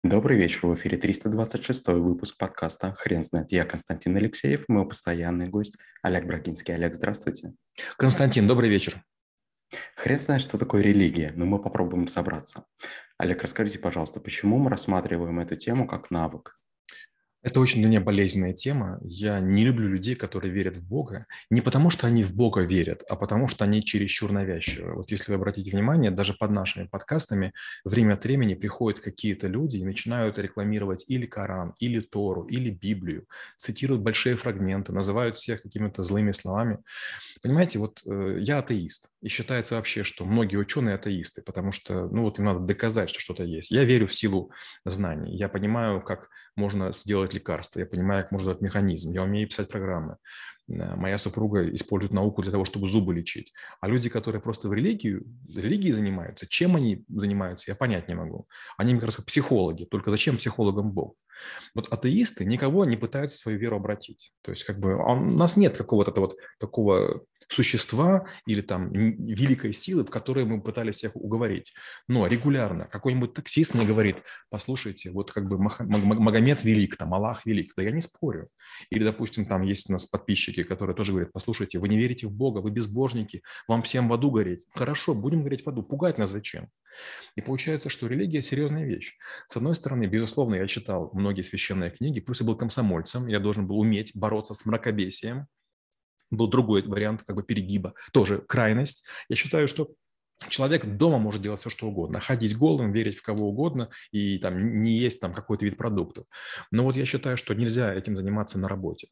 Добрый вечер, в эфире 326 выпуск подкаста «Хрен знает». Я Константин Алексеев, мой постоянный гость Олег Брагинский. Олег, здравствуйте. Константин, добрый вечер. Хрен знает, что такое религия, но мы попробуем собраться. Олег, расскажите, пожалуйста, почему мы рассматриваем эту тему как навык? Это очень для меня болезненная тема. Я не люблю людей, которые верят в Бога. Не потому, что они в Бога верят, а потому, что они чересчур навязчивы. Вот если вы обратите внимание, даже под нашими подкастами время от времени приходят какие-то люди и начинают рекламировать или Коран, или Тору, или Библию, цитируют большие фрагменты, называют всех какими-то злыми словами. Понимаете, вот я атеист, и считается вообще, что многие ученые атеисты, потому что, им надо доказать, что что-то есть. Я верю в силу знаний, я понимаю, как можно сделать лекарство, я понимаю, как можно сделать механизм, я умею писать программы. Моя супруга использует науку для того, чтобы зубы лечить. А люди, которые просто религией занимаются, чем они занимаются, я понять не могу. Они, мне кажется, психологи, только зачем психологам Бог? Вот атеисты никого не пытаются в свою веру обратить. То есть у нас нет какого-то такого существа или там великой силы, в которой мы пытались всех уговорить. Но регулярно какой-нибудь таксист мне говорит: послушайте, вот Магомед велик, там Аллах велик. Да я не спорю. Или, допустим, там есть у нас подписчики, которые тоже говорят: послушайте, вы не верите в Бога, вы безбожники, вам всем в аду гореть. Хорошо, будем гореть в аду. Пугать нас зачем? И получается, что религия – серьезная вещь. С одной стороны, безусловно, я читал многие священные книги, плюс я был комсомольцем, я должен был уметь бороться с мракобесием. Был другой вариант перегиба, тоже крайность. Я считаю, что человек дома может делать все, что угодно. Ходить голым, верить в кого угодно и там не есть там какой-то вид продуктов. Но вот я считаю, что нельзя этим заниматься на работе.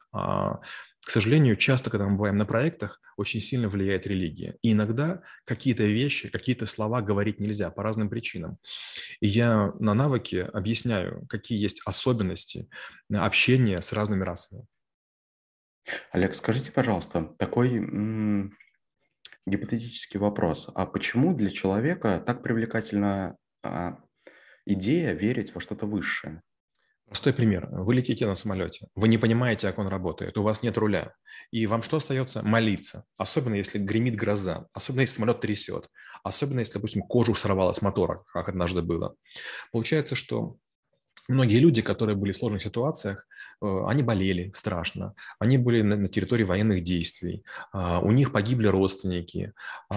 К сожалению, часто, когда мы бываем на проектах, очень сильно влияет религия. И иногда какие-то вещи, какие-то слова говорить нельзя по разным причинам. И я на навыке объясняю, какие есть особенности общения с разными расами. Олег, скажите, пожалуйста, такой гипотетический вопрос. А почему для человека так привлекательна идея верить во что-то высшее? Простой пример. Вы летите на самолете, вы не понимаете, как он работает, у вас нет руля. И вам что остается? Молиться. Особенно, если гремит гроза, особенно, если самолет трясет, особенно, если, допустим, кожух сорвало с мотора, как однажды было. Получается, что многие люди, которые были в сложных ситуациях, они болели страшно, они были на территории военных действий, у них погибли родственники,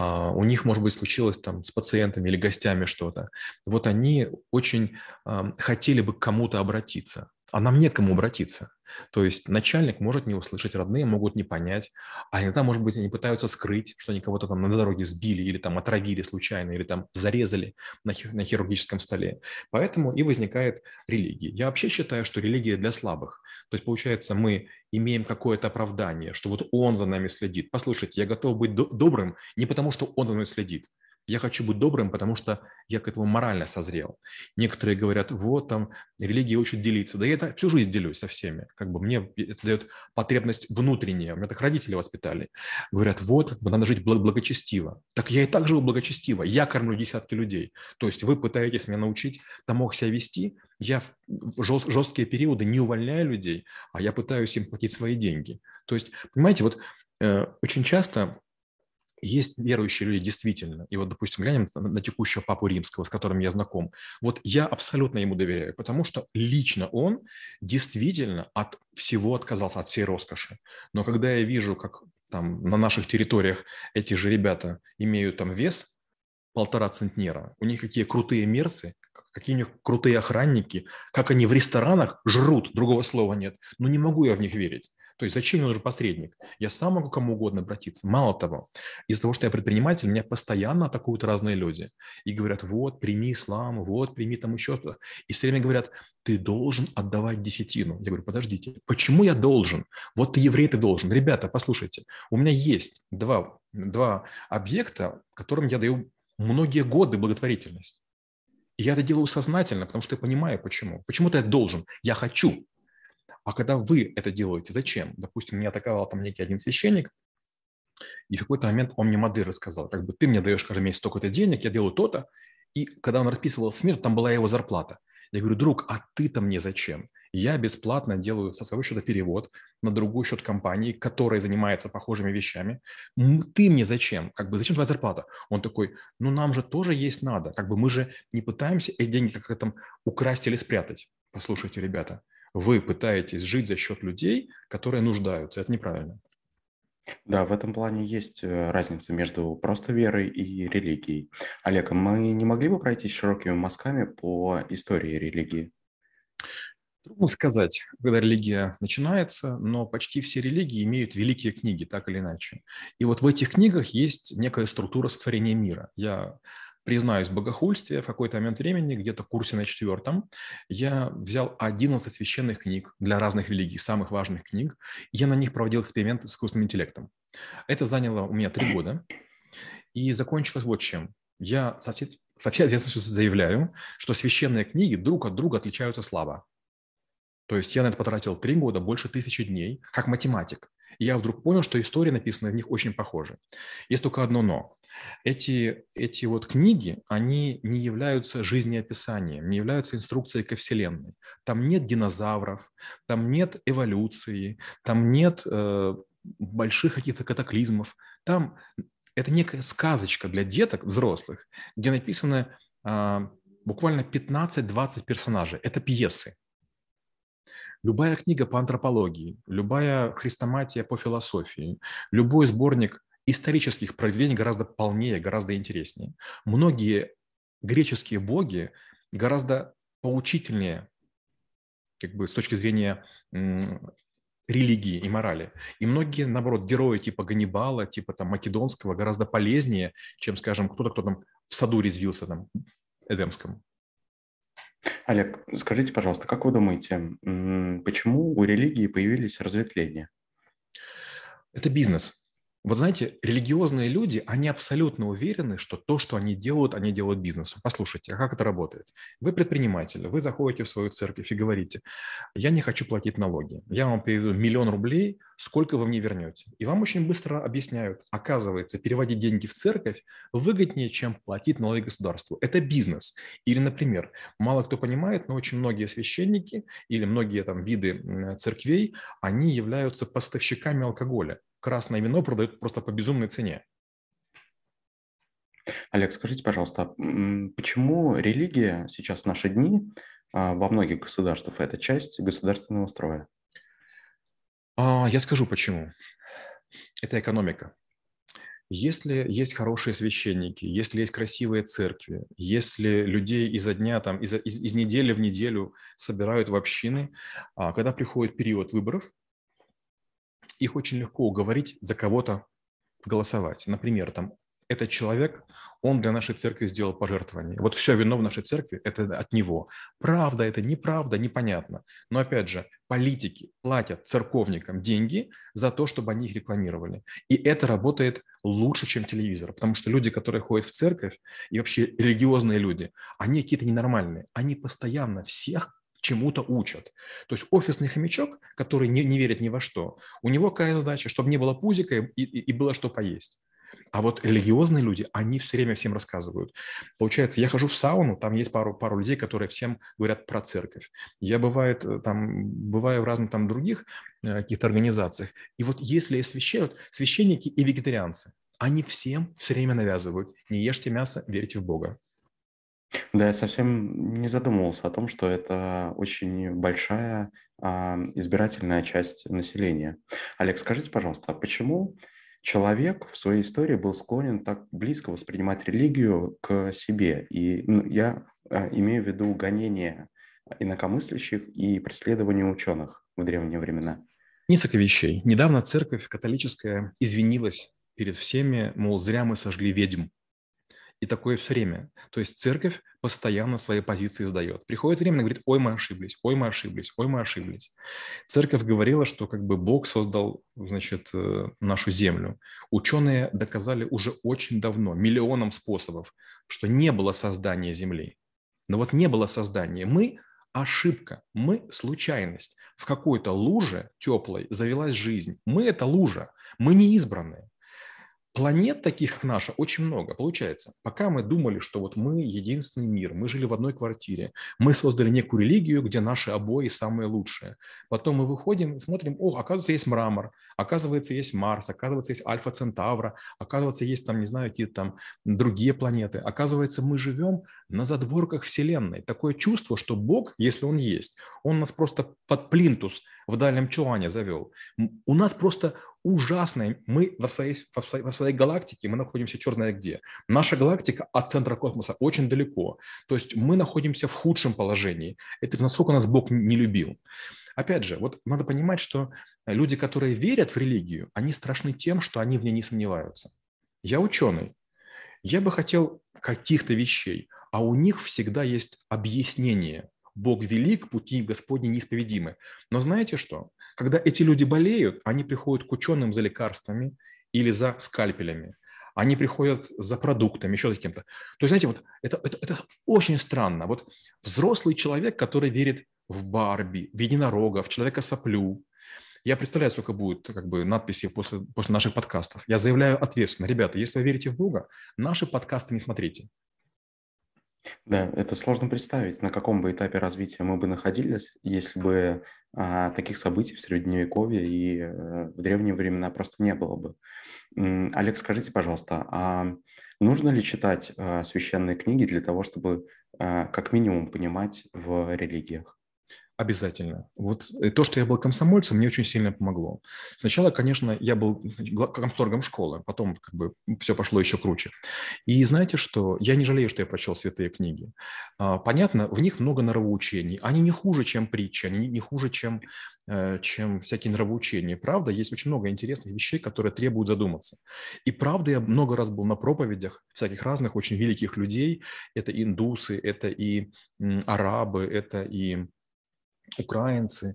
у них, может быть, случилось там с пациентами или гостями что-то. Вот они очень хотели бы к кому-то обратиться, а нам некому обратиться. То есть начальник может не услышать, родные могут не понять, а иногда, может быть, они пытаются скрыть, что они кого-то там на дороге сбили или там отравили случайно, или там зарезали на хирургическом столе. Поэтому и возникает религии. Я вообще считаю, что религия для слабых. То есть, получается, мы имеем какое-то оправдание, что вот он за нами следит. Послушайте, я готов быть добрым не потому, что он за мной следит. Я хочу быть добрым, потому что я к этому морально созрел. Некоторые говорят: вот там религия учит делиться. Да я это всю жизнь делюсь со всеми. Мне это дает потребность внутренняя. Меня так родители воспитали. Говорят: вот, надо жить благочестиво. Так я и так живу благочестиво. Я кормлю десятки людей. То есть вы пытаетесь меня научить тому себя вести. Я в жесткие периоды не увольняю людей, а я пытаюсь им платить свои деньги. То есть, понимаете, очень часто есть верующие люди действительно. И вот, допустим, глянем на текущего папу римского, с которым я знаком. Вот я абсолютно ему доверяю, потому что лично он действительно от всего отказался, от всей роскоши. Но когда я вижу, как там на наших территориях эти же ребята имеют там вес 1,5 центнера, у них какие крутые мерсы, какие у них крутые охранники, как они в ресторанах жрут, другого слова нет. Но не могу я в них верить. То есть зачем мне нужен посредник? Я сам могу кому угодно обратиться. Мало того, из-за того, что я предприниматель, меня постоянно атакуют разные люди. И говорят: вот, прими ислам, вот, прими там еще что-то. И все время говорят: ты должен отдавать десятину. Я говорю: подождите, почему я должен? Вот ты еврей, ты должен. Ребята, послушайте, у меня есть два объекта, которым я даю многие годы благотворительность. И я это делаю сознательно, потому что я понимаю, почему. Почему-то я должен, я хочу. А когда вы это делаете, зачем? Допустим, меня атаковал там некий один священник, и в какой-то момент он мне модель рассказал: ты мне даешь каждый месяц столько-то денег, я делаю то-то. И когда он расписывал смерть, там была его зарплата. Я говорю: друг, а ты-то мне зачем? Я бесплатно делаю со своего счета перевод на другой счет компании, которая занимается похожими вещами. Ты мне зачем? Как бы зачем твоя зарплата? Он такой, ну нам же тоже есть надо. Как бы мы же не пытаемся эти деньги как-то там украсть или спрятать. Послушайте, ребята, вы пытаетесь жить за счет людей, которые нуждаются. Это неправильно. Да, в этом плане есть разница между просто верой и религией. Олег, а мы не могли бы пройтись широкими мазками по истории религии? Трудно сказать, когда религия начинается, но почти все религии имеют великие книги, так или иначе. И вот в этих книгах есть некая структура сотворения мира. Я признаюсь в богохульстве, в какой-то момент времени, где-то в курсе на 4-м, я взял 11 священных книг для разных религий, самых важных книг, и я на них проводил эксперименты с искусственным интеллектом. Это заняло у меня 3 года, и закончилось вот чем. Я со всей ответственностью заявляю, что священные книги друг от друга отличаются слабо. То есть я на это потратил 3 года, больше 1000 дней, как математик. И я вдруг понял, что истории, написанные в них, очень похожи. Есть только одно «но». Эти вот книги, они не являются жизнеописанием, не являются инструкцией ко Вселенной. Там нет динозавров, там нет эволюции, там нет больших каких-то катаклизмов. Там это некая сказочка для деток, взрослых, где написано буквально 15-20 персонажей. Это пьесы. Любая книга по антропологии, любая хрестоматия по философии, любой сборник исторических произведений гораздо полнее, гораздо интереснее. Многие греческие боги гораздо поучительнее, как бы с точки зрения религии и морали. И многие, наоборот, герои типа Ганнибала, типа там Македонского гораздо полезнее, чем, скажем, кто-то, кто там в саду резвился там, Эдемском. Олег, скажите, пожалуйста, как вы думаете, почему у религии появились разветвления? Это бизнес. Вот знаете, религиозные люди, они абсолютно уверены, что то, что они делают бизнесу. Послушайте, а как это работает? Вы предприниматель, вы заходите в свою церковь и говорите, я не хочу платить налоги, я вам переведу 1 000 000 рублей, сколько вы мне вернете? И вам очень быстро объясняют, оказывается, переводить деньги в церковь выгоднее, чем платить налоги государству. Это бизнес. Или, например, мало кто понимает, но очень многие священники или многие там виды церквей, они являются поставщиками алкоголя. Красное вино продают просто по безумной цене. Олег, скажите, пожалуйста, почему религия сейчас в наши дни во многих государствах это часть государственного строя? Я скажу почему. Это экономика. Если есть хорошие священники, если есть красивые церкви, если людей изо дня, там, из недели в неделю собирают в общины, когда приходит период выборов, их очень легко уговорить за кого-то голосовать. Например, там, этот человек, он для нашей церкви сделал пожертвование. Вот все вино в нашей церкви – это от него. Правда это, неправда, непонятно. Но опять же, политики платят церковникам деньги за то, чтобы они их рекламировали. И это работает лучше, чем телевизор. Потому что люди, которые ходят в церковь, и вообще религиозные люди, они какие-то ненормальные. Они постоянно всех чему-то учат. То есть офисный хомячок, который не верит ни во что, у него какая задача, чтобы не было пузика и было что поесть. А вот религиозные люди, они все время всем рассказывают. Получается, я хожу в сауну, там есть пару людей, которые всем говорят про церковь. Я бываю в разных там других каких-то организациях. И вот если освящают священники и вегетарианцы, они всем все время навязывают: не ешьте мясо, верьте в Бога. Да, я совсем не задумывался о том, что это очень большая избирательная часть населения. Олег, скажите, пожалуйста, а почему человек в своей истории был склонен так близко воспринимать религию к себе? И я имею в виду гонение инакомыслящих и преследование ученых в древние времена. Несколько вещей. Недавно церковь католическая извинилась перед всеми, мол, зря мы сожгли ведьм. И такое все время. То есть церковь постоянно свои позиции сдает. Приходит время, она говорит: ой, мы ошиблись, ой, мы ошиблись, ой, мы ошиблись. Церковь говорила, что как бы Бог создал, значит, нашу землю. Ученые доказали уже очень давно, миллионам способов, что не было создания земли. Но вот не было создания. Мы ошибка, мы случайность. В какой-то луже теплой завелась жизнь. Мы это лужа, мы не избранные. Планет таких, как наша, очень много. Получается, пока мы думали, что вот мы единственный мир, мы жили в одной квартире, мы создали некую религию, где наши обои самые лучшие. Потом мы выходим и смотрим, о, оказывается, есть мрамор, оказывается, есть Марс, оказывается, есть Альфа Центавра, оказывается, есть там, не знаю, какие-то там другие планеты. Оказывается, мы живем на задворках Вселенной. Такое чувство, что Бог, если Он есть, Он нас просто под плинтус в дальнем чулане завел. У нас просто ужасное. Мы во своей галактике, мы находимся черт знает где. Наша галактика от центра космоса очень далеко. То есть мы находимся в худшем положении. Это насколько нас Бог не любил. Опять же, вот надо понимать, что люди, которые верят в религию, они страшны тем, что они в ней не сомневаются. Я ученый. Я бы хотел каких-то вещей, а у них всегда есть объяснение. Бог велик, пути Господни неисповедимы. Но знаете что? Когда эти люди болеют, они приходят к ученым за лекарствами или за скальпелями. Они приходят за продуктами, еще за кем-то. То есть, знаете, вот это очень странно. Вот взрослый человек, который верит в Барби, в единорога, в Человека-соплю. Я представляю, сколько будет как бы надписей после наших подкастов. Я заявляю ответственно. Ребята, если вы верите в Бога, наши подкасты не смотрите. Да, это сложно представить, на каком бы этапе развития мы бы находились, если бы таких событий в Средневековье и в древние времена просто не было бы. Олег, скажите, пожалуйста, а нужно ли читать священные книги для того, чтобы как минимум понимать в религиях? Обязательно. Вот то, что я был комсомольцем, мне очень сильно помогло. Сначала, конечно, я был комсоргом школы, потом как бы все пошло еще круче. И знаете что? Я не жалею, что я прочел святые книги. Понятно, в них много нравоучений. Они не хуже, чем притчи, они не хуже, чем всякие нравоучения. Правда, есть очень много интересных вещей, которые требуют задуматься. И правда, я много раз был на проповедях всяких разных очень великих людей. Это индусы, это и арабы, это и украинцы,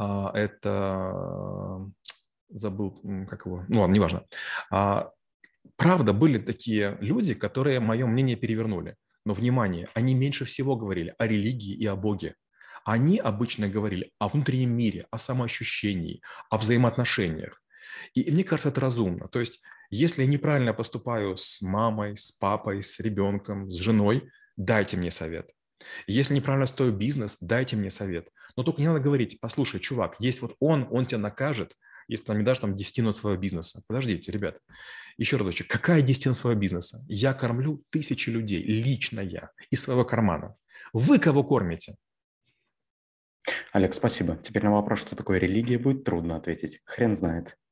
это забыл, как его, ну ладно, неважно. Правда, были такие люди, которые мое мнение перевернули. Но, внимание, они меньше всего говорили о религии и о Боге. Они обычно говорили о внутреннем мире, о самоощущении, о взаимоотношениях. И мне кажется, это разумно. То есть, если я неправильно поступаю с мамой, с папой, с ребенком, с женой, дайте мне совет. Если неправильно стою бизнес, дайте мне совет. Но только не надо говорить, послушай, чувак, есть вот он тебя накажет, если ты не дашь там десятину от своего бизнеса. Подождите, ребят, еще разочек, какая десятина своего бизнеса? Я кормлю тысячи людей, лично я, из своего кармана. Вы кого кормите? Олег, спасибо. Теперь на вопрос, что такое религия, будет трудно ответить. Хрен знает.